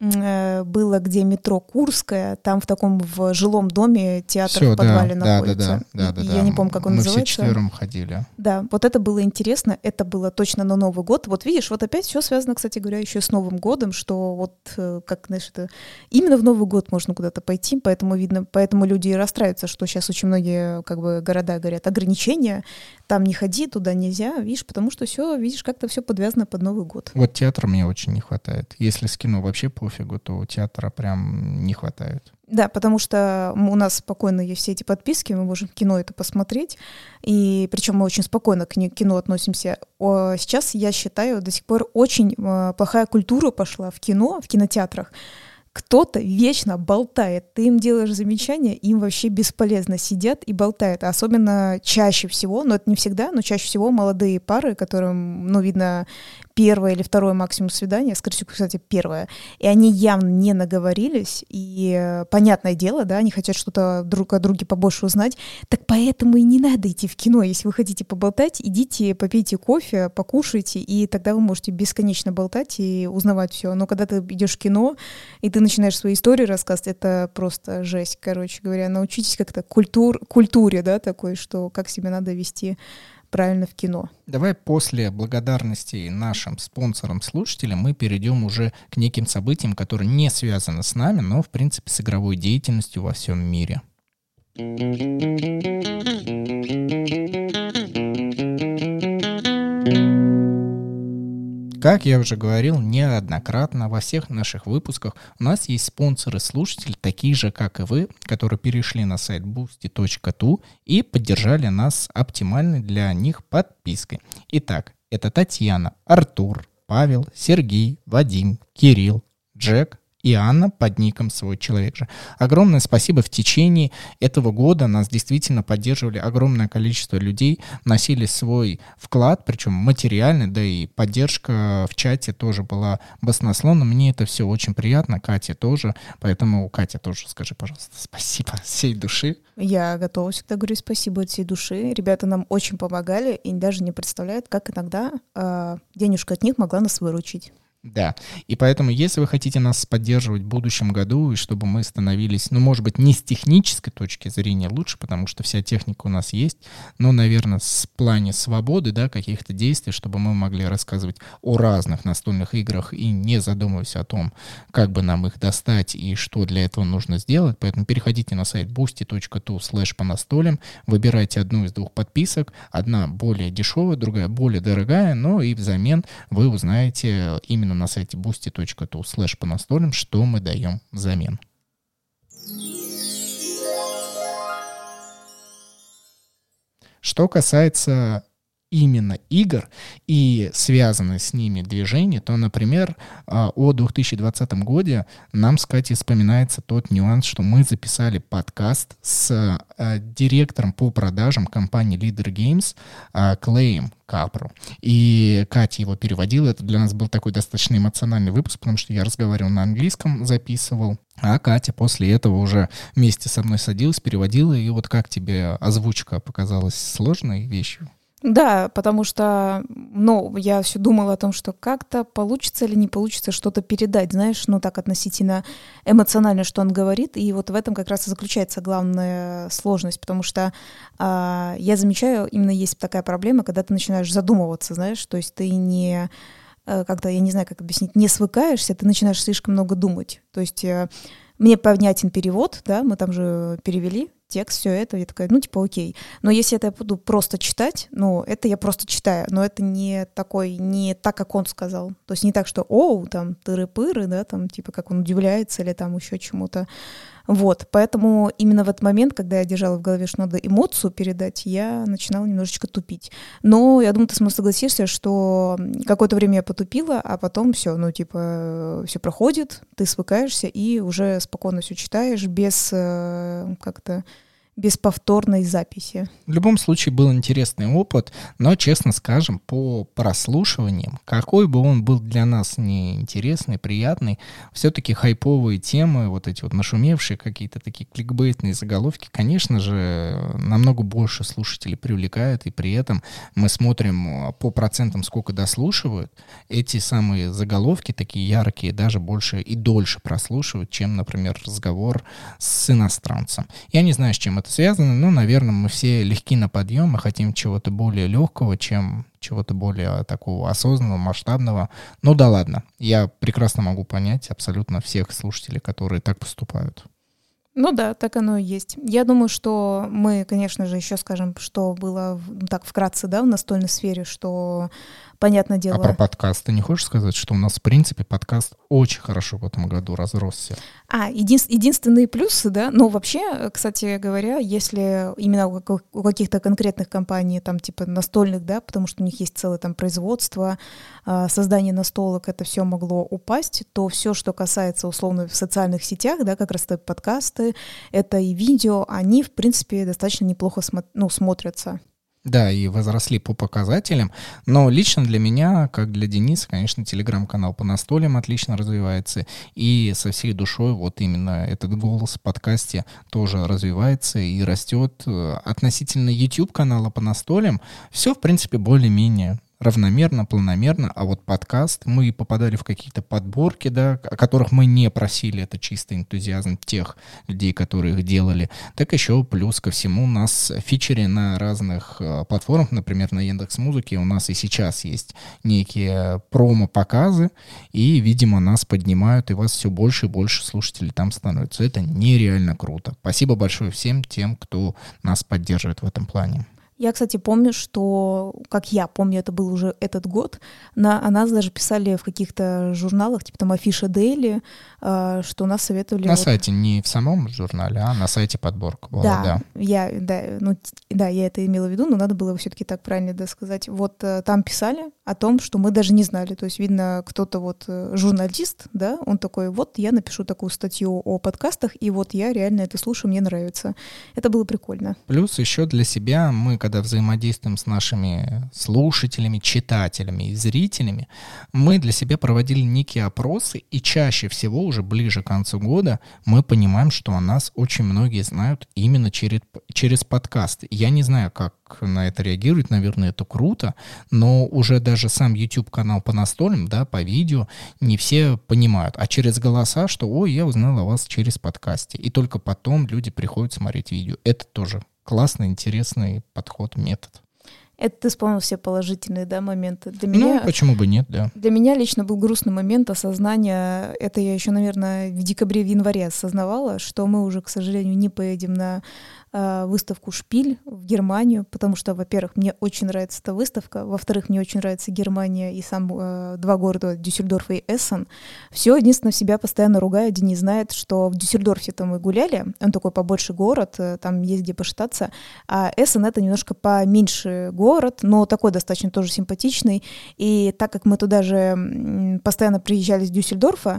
было, где метро Курская, там в таком в жилом доме театр Всё, в подвале да, находится. Да, да, да, Я да. не помню, как он Мы называется. Мы все четвером ходили. Да, вот это было интересно, это было точно на Новый год. Вот видишь, вот опять все связано, кстати говоря, еще с Новым годом, что вот, как, знаешь, это именно в Новый год можно куда-то пойти, поэтому видно, поэтому люди и расстраиваются, что сейчас очень многие, как бы, города говорят, ограничения, там не ходи, туда нельзя, видишь, потому что все, видишь, как-то все подвязано под Новый год. Вот театра мне очень не хватает. Если с кино вообще пофигу, то театра прям не хватает. Да, потому что у нас спокойно есть все эти подписки, мы можем кино это посмотреть, и причем мы очень спокойно к кино относимся. Сейчас, я считаю, до сих пор очень плохая культура пошла в кино, в кинотеатрах. Кто-то вечно болтает, ты им делаешь замечания, им вообще бесполезно, сидят и болтают. А особенно чаще всего, но это не всегда, но чаще всего молодые пары, которым, ну, видно, первое или второе максимум свидание, скорее всего, кстати, первое, и они явно не наговорились, и понятное дело, да, они хотят что-то друг о друге побольше узнать, так поэтому и не надо идти в кино. Если вы хотите поболтать, идите, попейте кофе, покушайте, и тогда вы можете бесконечно болтать и узнавать все. Но когда ты идешь в кино, и ты начинаешь свои истории рассказывать, это просто жесть, короче говоря. Научитесь как-то культур, культуре, да, такой, что как себя надо вести правильно в кино. Давай после благодарности нашим спонсорам-слушателям мы перейдем уже к неким событиям, которые не связаны с нами, но, в принципе, с игровой деятельностью во всем мире. Как я уже говорил неоднократно во всех наших выпусках, у нас есть спонсоры-слушатели, такие же, как и вы, которые перешли на сайт boosty точка ту и поддержали нас оптимальной для них подпиской. Итак, это Татьяна, Артур, Павел, Сергей, Вадим, Кирилл, Джек и Анна под ником «Свой человек же». Огромное спасибо. В течение этого года нас действительно поддерживали огромное количество людей, вносили свой вклад, причем материальный, да и поддержка в чате тоже была баснословна. Мне это все очень приятно, Кате тоже, поэтому, Катя, тоже скажи, пожалуйста, спасибо от всей души. Я готова всегда говорить спасибо от всей души. Ребята нам очень помогали и даже не представляют, как иногда э, денежка от них могла нас выручить. Да, и поэтому, если вы хотите нас поддерживать в будущем году, и чтобы мы становились, ну, может быть, не с технической точки зрения лучше, потому что вся техника у нас есть, но, наверное, с плане свободы, да, каких-то действий, чтобы мы могли рассказывать о разных настольных играх и не задумываясь о том, как бы нам их достать и что для этого нужно сделать. Поэтому переходите на сайт boosty точка ту слэш по настолям, выбирайте одну из двух подписок, одна более дешевая, другая более дорогая, но и взамен вы узнаете именно на сайте boosty точка ту слэш по настолям, что мы даем взамен. Что касается именно игр и связанные с ними движения, то, например, о две тысячи двадцатом году нам с Катей вспоминается тот нюанс, что мы записали подкаст с директором по продажам компании Leader Games Клеем Капру. И Катя его переводила. Это для нас был такой достаточно эмоциональный выпуск, потому что я разговаривал на английском, записывал, а Катя после этого уже вместе со мной садилась, переводила. И вот как тебе озвучка показалась сложной вещью? Да, потому что, ну, я все думала о том, что как-то получится или не получится что-то передать, знаешь, ну, так относительно эмоционально, что он говорит, и вот в этом как раз и заключается главная сложность, потому что а, я замечаю, именно есть такая проблема, когда ты начинаешь задумываться, знаешь, то есть ты не, как-то, я не знаю, как объяснить, не свыкаешься, ты начинаешь слишком много думать, то есть мне понятен перевод, да, мы там же перевели текст, все это, я такая, ну, типа, окей. Но если это я буду просто читать, ну, это я просто читаю, но это не такой, не так, как он сказал. То есть не так, что, оу, там, тыры-пыры, да, там, типа, как он удивляется или там еще чему-то. Вот, поэтому именно в этот момент, когда я держала в голове, что надо эмоцию передать, я начинала немножечко тупить. Но я думаю, ты со мной согласишься, что какое-то время я потупила, а потом все, ну, типа, все проходит, ты свыкаешься и уже спокойно все читаешь без как-то без повторной записи. В любом случае был интересный опыт, но, честно скажем, по прослушиваниям, какой бы он был для нас не интересный, приятный, все-таки хайповые темы, вот эти вот нашумевшие какие-то такие кликбейтные заголовки, конечно же, намного больше слушателей привлекают, и при этом мы смотрим по процентам, сколько дослушивают, эти самые заголовки, такие яркие, даже больше и дольше прослушивают, чем, например, разговор с иностранцем. Я не знаю, с чем это это связано, но, наверное, мы все легки на подъем, мы хотим чего-то более легкого, чем чего-то более такого осознанного, масштабного. Ну да ладно, я прекрасно могу понять абсолютно всех слушателей, которые так поступают. Ну да, так оно и есть. Я думаю, что мы, конечно же, еще скажем, что было так вкратце, да, в настольной сфере, что, понятное дело... А про подкаст ты не хочешь сказать, что у нас, в принципе, подкаст очень хорошо в этом году разросся? А, един, единственные плюсы, да, но вообще, кстати говоря, если именно у, у каких-то конкретных компаний, там, типа настольных, да, потому что у них есть целое там производство, создание настолок, это все могло упасть, то все, что касается, условно, в социальных сетях, да, как раз это подкасты, это и видео, они, в принципе, достаточно неплохо смо- ну, смотрятся. Да, и возросли по показателям, но лично для меня, как для Дениса, конечно, телеграм-канал по настольям отлично развивается, и со всей душой вот именно этот голос в подкасте тоже развивается и растет. Относительно YouTube-канала по настольям все, в принципе, более-менее равномерно, планомерно, а вот подкаст, мы попадали в какие-то подборки, да, о которых мы не просили, это чисто энтузиазм тех людей, которые их делали. Так еще плюс ко всему у нас фичери на разных э, платформах, например, на Яндекс.Музыке у нас и сейчас есть некие промо-показы, и, видимо, нас поднимают, и вас все больше и больше слушателей там становится. Это нереально круто. Спасибо большое всем тем, кто нас поддерживает в этом плане. Я, кстати, помню, что, как я помню, это был уже этот год, на, о нас даже писали в каких-то журналах, типа там Афиша Дейли, э, что нас советовали... На вот... сайте, не в самом журнале, а на сайте подборка была, да. Да, я, да, ну, да, я это имела в виду, но надо было все-таки так правильно да, сказать. Вот э, там писали о том, что мы даже не знали. То есть, видно, кто-то вот э, журналист, да, он такой, вот я напишу такую статью о подкастах, и вот я реально это слушаю, мне нравится. Это было прикольно. Плюс еще для себя мы, когда взаимодействуем с нашими слушателями, читателями и зрителями, мы для себя проводили некие опросы, и чаще всего уже ближе к концу года мы понимаем, что о нас очень многие знают именно через, через подкасты. Я не знаю, как на это реагирует, наверное, это круто, но уже даже сам YouTube-канал по настольным, да, по видео, не все понимают. А через голоса, что «Ой, я узнал о вас через подкасты». И только потом люди приходят смотреть видео. Это тоже классный, интересный подход, метод. Это ты вспомнил все положительные, да, моменты. Для меня, ну, почему бы нет, да. Для меня лично был грустный момент осознания, это я еще, наверное, в декабре, в январе осознавала, что мы уже, к сожалению, не поедем на э, выставку «Шпиль» в Германию, потому что, во-первых, мне очень нравится эта выставка, во-вторых, мне очень нравится Германия и сам э, два города, Дюссельдорф и Эссен. Все, единственное, себя постоянно ругаю, Денис знает, что в Дюссельдорфе-то мы гуляли, он такой побольше город, там есть где посчитаться, а Эссен — это немножко поменьше город, город, но такой достаточно тоже симпатичный. И так как мы туда же постоянно приезжали с Дюссельдорфа,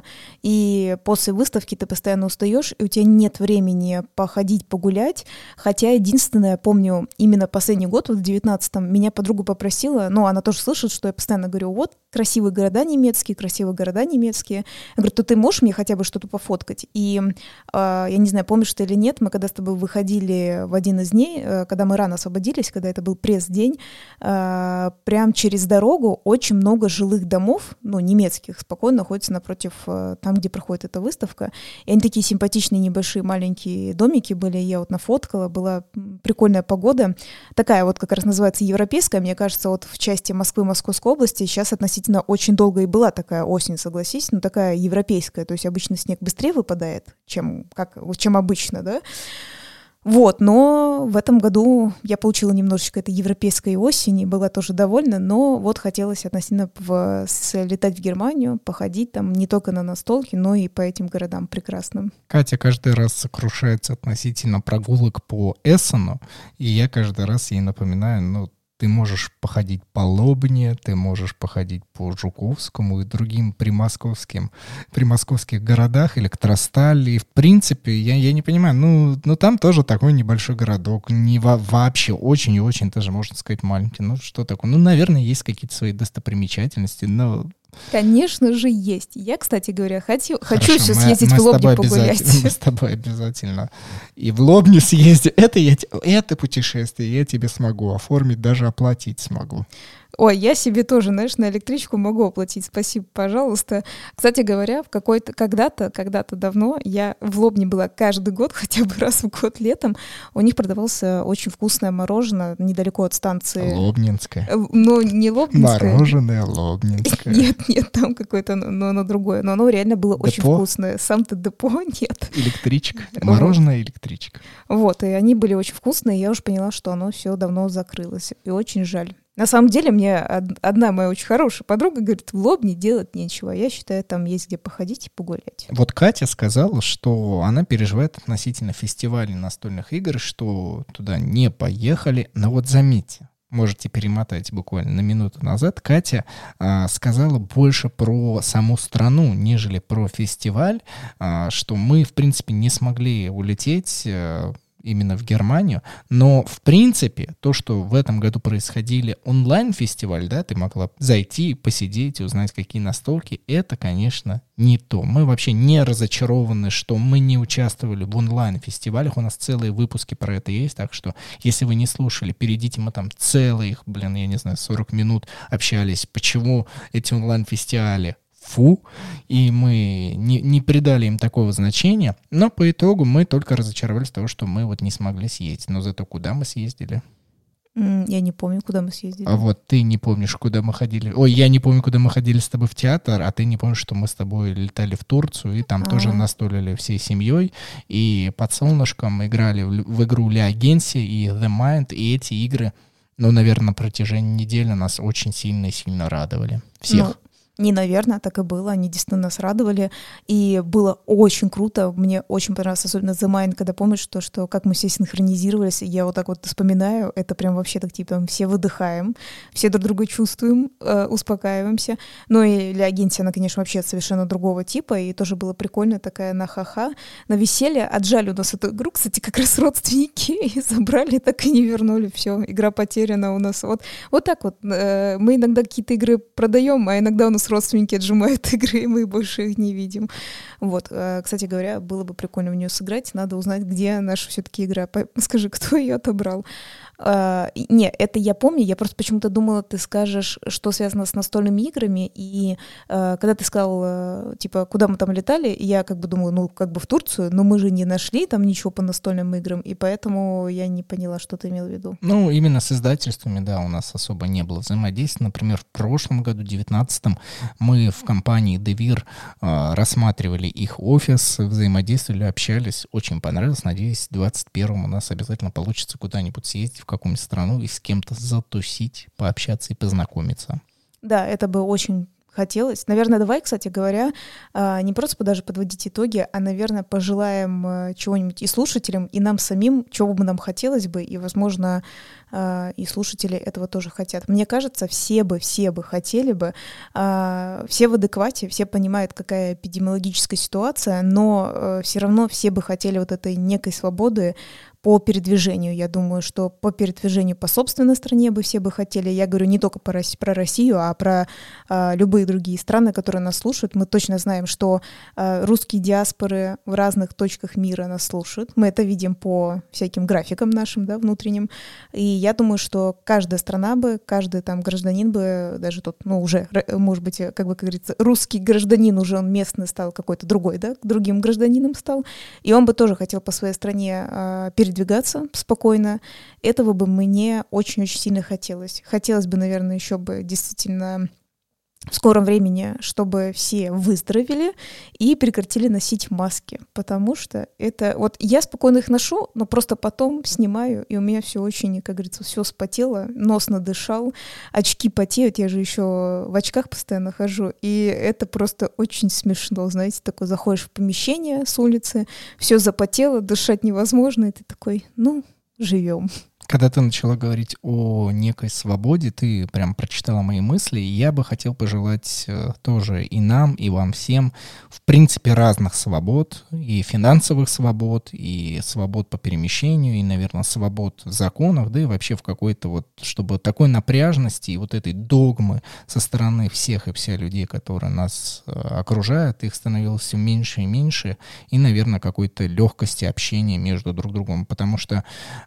и после выставки ты постоянно устаешь, и у тебя нет времени походить, погулять. Хотя единственное, помню, именно последний год, вот в девятнадцатом, меня подруга попросила, ну, она тоже слышит, что я постоянно говорю, вот, красивые города немецкие, красивые города немецкие. Я говорю, то ты можешь мне хотя бы что-то пофоткать? И э, я не знаю, помнишь ты или нет, мы когда с тобой выходили в один из дней, э, когда мы рано освободились, когда это был пресс-день, э, прям через дорогу очень много жилых домов, ну, немецких, спокойно находятся напротив э, там, где проходит эта выставка. И они такие симпатичные, небольшие, маленькие домики были, я вот нафоткала, была прикольная погода. Такая вот как раз называется европейская, мне кажется, вот в части Москвы, Московской области сейчас относительно очень долго и была такая осень, согласись, но такая европейская, то есть обычно снег быстрее выпадает, чем, как, чем обычно, да. Вот, но в этом году я получила немножечко этой европейской осени, была тоже довольна, но вот хотелось относительно в, слетать в Германию, походить там не только на настолки, но и по этим городам прекрасным. Катя каждый раз сокрушается относительно прогулок по Эссену, и я каждый раз ей напоминаю, ну, ты можешь походить по Лобне, ты можешь походить по Жуковскому и другим примосковским, примосковских городах, Электросталь. И, в принципе, я, я не понимаю, ну, ну там тоже такой небольшой городок, не во, вообще очень и очень, даже можно сказать, маленький. Ну, что такое? Ну, наверное, есть какие-то свои достопримечательности, но... Конечно же, есть. Я, кстати говоря, хочу, Хорошо, хочу сейчас мы, съездить мы в Лобни погулять. Мы с тобой обязательно и в Лобни съездим. Это, я, это путешествие я тебе смогу оформить, даже оплатить смогу. Ой, я себе тоже, знаешь, на электричку могу оплатить, спасибо, пожалуйста. Кстати говоря, в какой-то, когда-то, когда-то давно я в Лобне была каждый год, хотя бы раз в год летом. У них продавался очень вкусное мороженое недалеко от станции. Лобнинское. Ну, не Лобнинское. Мороженое Лобнинское. Нет, нет, там какое-то, но оно другое. Но оно реально было депо? Очень вкусное. Сам-то депо нет. Электричка. Мороженое электричка. Вот, и они были очень вкусные, и я уже поняла, что оно все давно закрылось. И очень жаль. На самом деле, мне одна моя очень хорошая подруга говорит, в Лобне делать нечего. Я считаю, там есть где походить и погулять. Вот Катя сказала, что она переживает относительно фестиваля настольных игр, что туда не поехали. Но вот заметьте, можете перемотать буквально на минуту назад, Катя а, сказала больше про саму страну, нежели про фестиваль, а, что мы, в принципе, не смогли улететь а, именно в Германию, но в принципе то, что в этом году происходили онлайн-фестиваль, да, ты могла зайти, посидеть и узнать, какие настолки, это, конечно, не то. Мы вообще не разочарованы, что мы не участвовали в онлайн-фестивалях, у нас целые выпуски про это есть, так что если вы не слушали, перейдите, мы там целых, блин, я не знаю, сорок минут общались, почему эти онлайн-фестивали фу, и мы не, не придали им такого значения, но по итогу мы только разочаровались того, что мы вот не смогли съездить. Но зато куда мы съездили? Я не помню, куда мы съездили. А вот ты не помнишь, куда мы ходили. Ой, я не помню, куда мы ходили с тобой в театр, а ты не помнишь, что мы с тобой летали в Турцию, и там А-а-а. тоже настолили всей семьей, и под солнышком играли в, в игру Ля Агенси и The Mind, и эти игры, ну, наверное, на протяжении недели нас очень сильно и сильно радовали. Всех. Ну. Не, наверное, так и было. Они действительно нас радовали. И было очень круто. Мне очень понравилось, особенно The Mind, когда помнишь то, что как мы все синхронизировались. Я вот так вот вспоминаю. Это прям вообще так, типа, все выдыхаем, все друг друга чувствуем, э, успокаиваемся. Ну и Ля Агенси, она, конечно, вообще совершенно другого типа. И тоже было прикольно, такая на ха-ха, на веселье. Отжали у нас эту игру, кстати, как раз родственники. И забрали, так и не вернули. Все, игра потеряна у нас. Вот, вот так вот. Э, мы иногда какие-то игры продаем, а иногда у нас родственники отжимают игры, и мы больше их не видим. Вот, кстати говоря, было бы прикольно в нее сыграть. Надо узнать, где наша все-таки игра. Скажи, кто ее отобрал? Uh, не, это я помню, я просто почему-то думала, ты скажешь, что связано с настольными играми, и uh, когда ты сказал, uh, типа, куда мы там летали, я как бы думала, ну, как бы в Турцию, но мы же не нашли там ничего по настольным играм, и поэтому я не поняла, что ты имел в виду. Ну, именно с издательствами, да, у нас особо не было взаимодействия. Например, в прошлом году, в девятнадцатом, мы в компании Девир uh, рассматривали их офис, взаимодействовали, общались, очень понравилось. Надеюсь, в двадцать первом у нас обязательно получится куда-нибудь съездить, в какую-нибудь страну и с кем-то затусить, пообщаться и познакомиться. Да, это бы очень хотелось. Наверное, давай, кстати говоря, не просто даже подводить итоги, а, наверное, пожелаем чего-нибудь и слушателям, и нам самим, чего бы нам хотелось бы, и, возможно, и слушатели этого тоже хотят. Мне кажется, все бы, все бы хотели бы, все в адеквате, все понимают, какая эпидемиологическая ситуация, но все равно все бы хотели вот этой некой свободы по передвижению. Я думаю, что по передвижению по собственной стране бы все бы хотели. Я говорю не только про Россию, а про а, любые другие страны, которые нас слушают. Мы точно знаем, что а, русские диаспоры в разных точках мира нас слушают. Мы это видим по всяким графикам нашим, да, внутренним. И я думаю, что каждая страна бы, каждый там гражданин бы, даже тот, ну, уже, может быть, как бы, как говорится, русский гражданин уже он местный стал какой-то другой, да, другим гражданином стал. И он бы тоже хотел по своей стране а, передвигаться двигаться спокойно. Этого бы мне очень-очень сильно хотелось. Хотелось бы, наверное, еще бы действительно в скором времени, чтобы все выздоровели и прекратили носить маски, потому что это... Вот я спокойно их ношу, но просто потом снимаю, и у меня все очень, как говорится, все спотело, нос надышал, очки потеют, я же еще в очках постоянно хожу, и это просто очень смешно, знаете, такой заходишь в помещение с улицы, все запотело, дышать невозможно, и ты такой, ну, живем. Когда ты начала говорить о некой свободе, ты прям прочитала мои мысли, и я бы хотел пожелать э, тоже и нам, и вам всем, в принципе, разных свобод, и финансовых свобод, и свобод по перемещению, и, наверное, свобод в законах, да и вообще в какой-то вот, чтобы такой напряженности и вот этой догмы со стороны всех и вся людей, которые нас э, окружают, их становилось все меньше и меньше, и, наверное, какой-то легкости общения между друг другом, потому что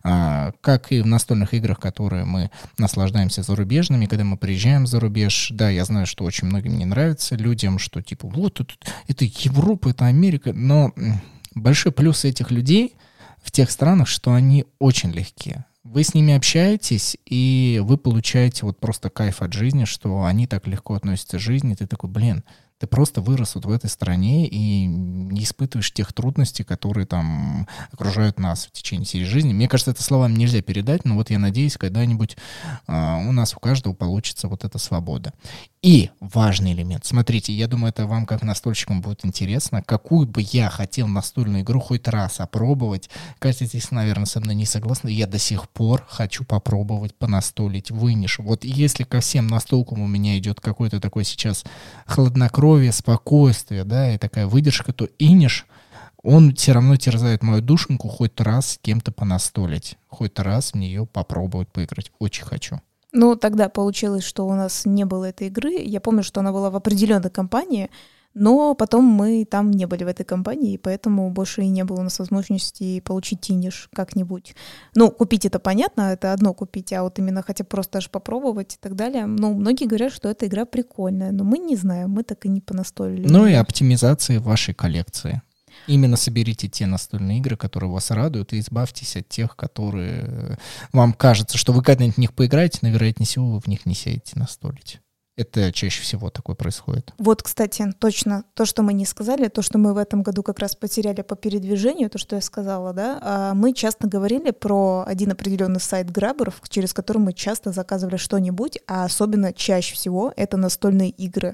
э, как и в настольных играх, которые мы наслаждаемся зарубежными, когда мы приезжаем за рубеж, да, я знаю, что очень многим не нравится людям, что типа вот это, это Европа, это Америка, но большой плюс этих людей в тех странах, что они очень легкие. Вы с ними общаетесь, и вы получаете вот просто кайф от жизни, что они так легко относятся к жизни, ты такой, блин, ты просто вырос вот в этой стране и не испытываешь тех трудностей, которые там окружают нас в течение всей жизни. Мне кажется, это словами нельзя передать, но вот я надеюсь, когда-нибудь э, у нас у каждого получится вот эта свобода. И важный элемент. Смотрите, я думаю, это вам как настольщикам будет интересно. Какую бы я хотел настольную игру хоть раз опробовать. Катя здесь, наверное, со мной не согласна. Я до сих пор хочу попробовать понастолить Выниш. Вот если ко всем настолкам у меня идет какой-то такой сейчас хладнокровие, спокойствие, да, и такая выдержка, то Иниш, он все равно терзает мою душеньку хоть раз с кем-то понастолить, хоть раз в нее попробовать поиграть. Очень хочу. Ну, тогда получилось, что у нас не было этой игры. Я помню, что она была в определенной компании, но потом мы там не были в этой компании, и поэтому больше и не было у нас возможности получить тиниш как-нибудь. Ну, купить это понятно, это одно купить, а вот именно хотя бы просто аж попробовать и так далее. Ну, многие говорят, что эта игра прикольная, но мы не знаем, мы так и не понастолили. Ну и оптимизация вашей коллекции. Именно соберите те настольные игры, которые вас радуют, и избавьтесь от тех, которые вам кажется, что вы когда-нибудь в них поиграете, но, вероятнее всего, вы в них не сядете настолить. Это чаще всего такое происходит. Вот, кстати, точно то, что мы не сказали, то, что мы в этом году как раз потеряли по передвижению, то, что я сказала, да, мы часто говорили про один определенный сайт грабберов, через который мы часто заказывали что-нибудь, а особенно чаще всего это настольные игры.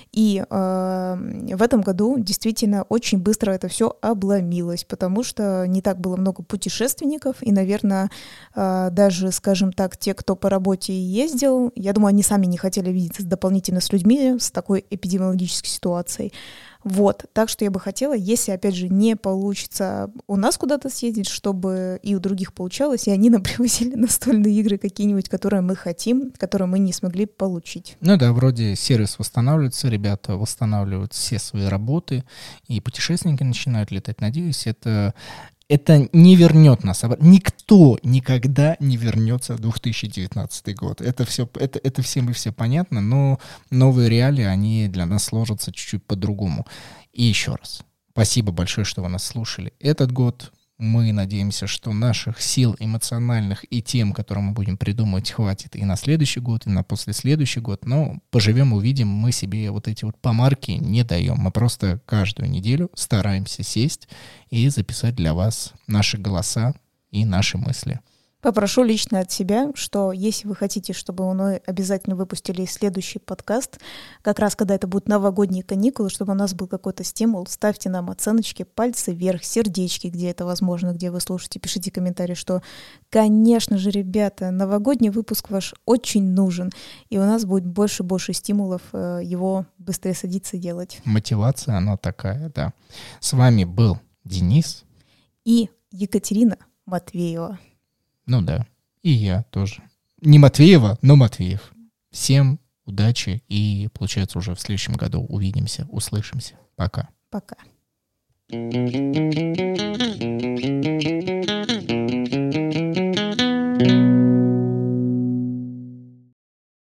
И э, в этом году действительно очень быстро это все обломилось, потому что не так было много путешественников, и, наверное, э, даже, скажем так, те, кто по работе ездил, я думаю, они сами не хотели видеться дополнительно с людьми с такой эпидемиологической ситуацией. Вот, так что я бы хотела, если, опять же, не получится у нас куда-то съездить, чтобы и у других получалось, и они нам привозили настольные игры какие-нибудь, которые мы хотим, которые мы не смогли получить. Ну да, вроде сервис восстанавливается, ребята восстанавливают все свои работы, и путешественники начинают летать. Надеюсь, это... Это не вернет нас. Никто никогда не вернется в две тысячи девятнадцатый год. Это все, это, это всем и все понятно, но новые реалии, они для нас сложатся чуть-чуть по-другому. И еще раз, спасибо большое, что вы нас слушали. Этот год мы надеемся, что наших сил эмоциональных и тем, которые мы будем придумывать, хватит и на следующий год, и на послеследующий год. Но поживем, увидим, мы себе вот эти вот помарки не даем. Мы просто каждую неделю стараемся сесть и записать для вас наши голоса и наши мысли. Попрошу лично от себя, что если вы хотите, чтобы мы обязательно выпустили следующий подкаст, как раз когда это будут новогодние каникулы, чтобы у нас был какой-то стимул, ставьте нам оценочки, пальцы вверх, сердечки, где это возможно, где вы слушаете, пишите комментарии, что, конечно же, ребята, новогодний выпуск ваш очень нужен, и у нас будет больше и больше стимулов его быстрее садиться и делать. Мотивация, она такая, да. С вами был Денис и Екатерина Матвеева. Ну да, и я тоже. Не Матвеева, но Матвеев. Всем удачи и, получается, уже в следующем году увидимся, услышимся. Пока. Пока.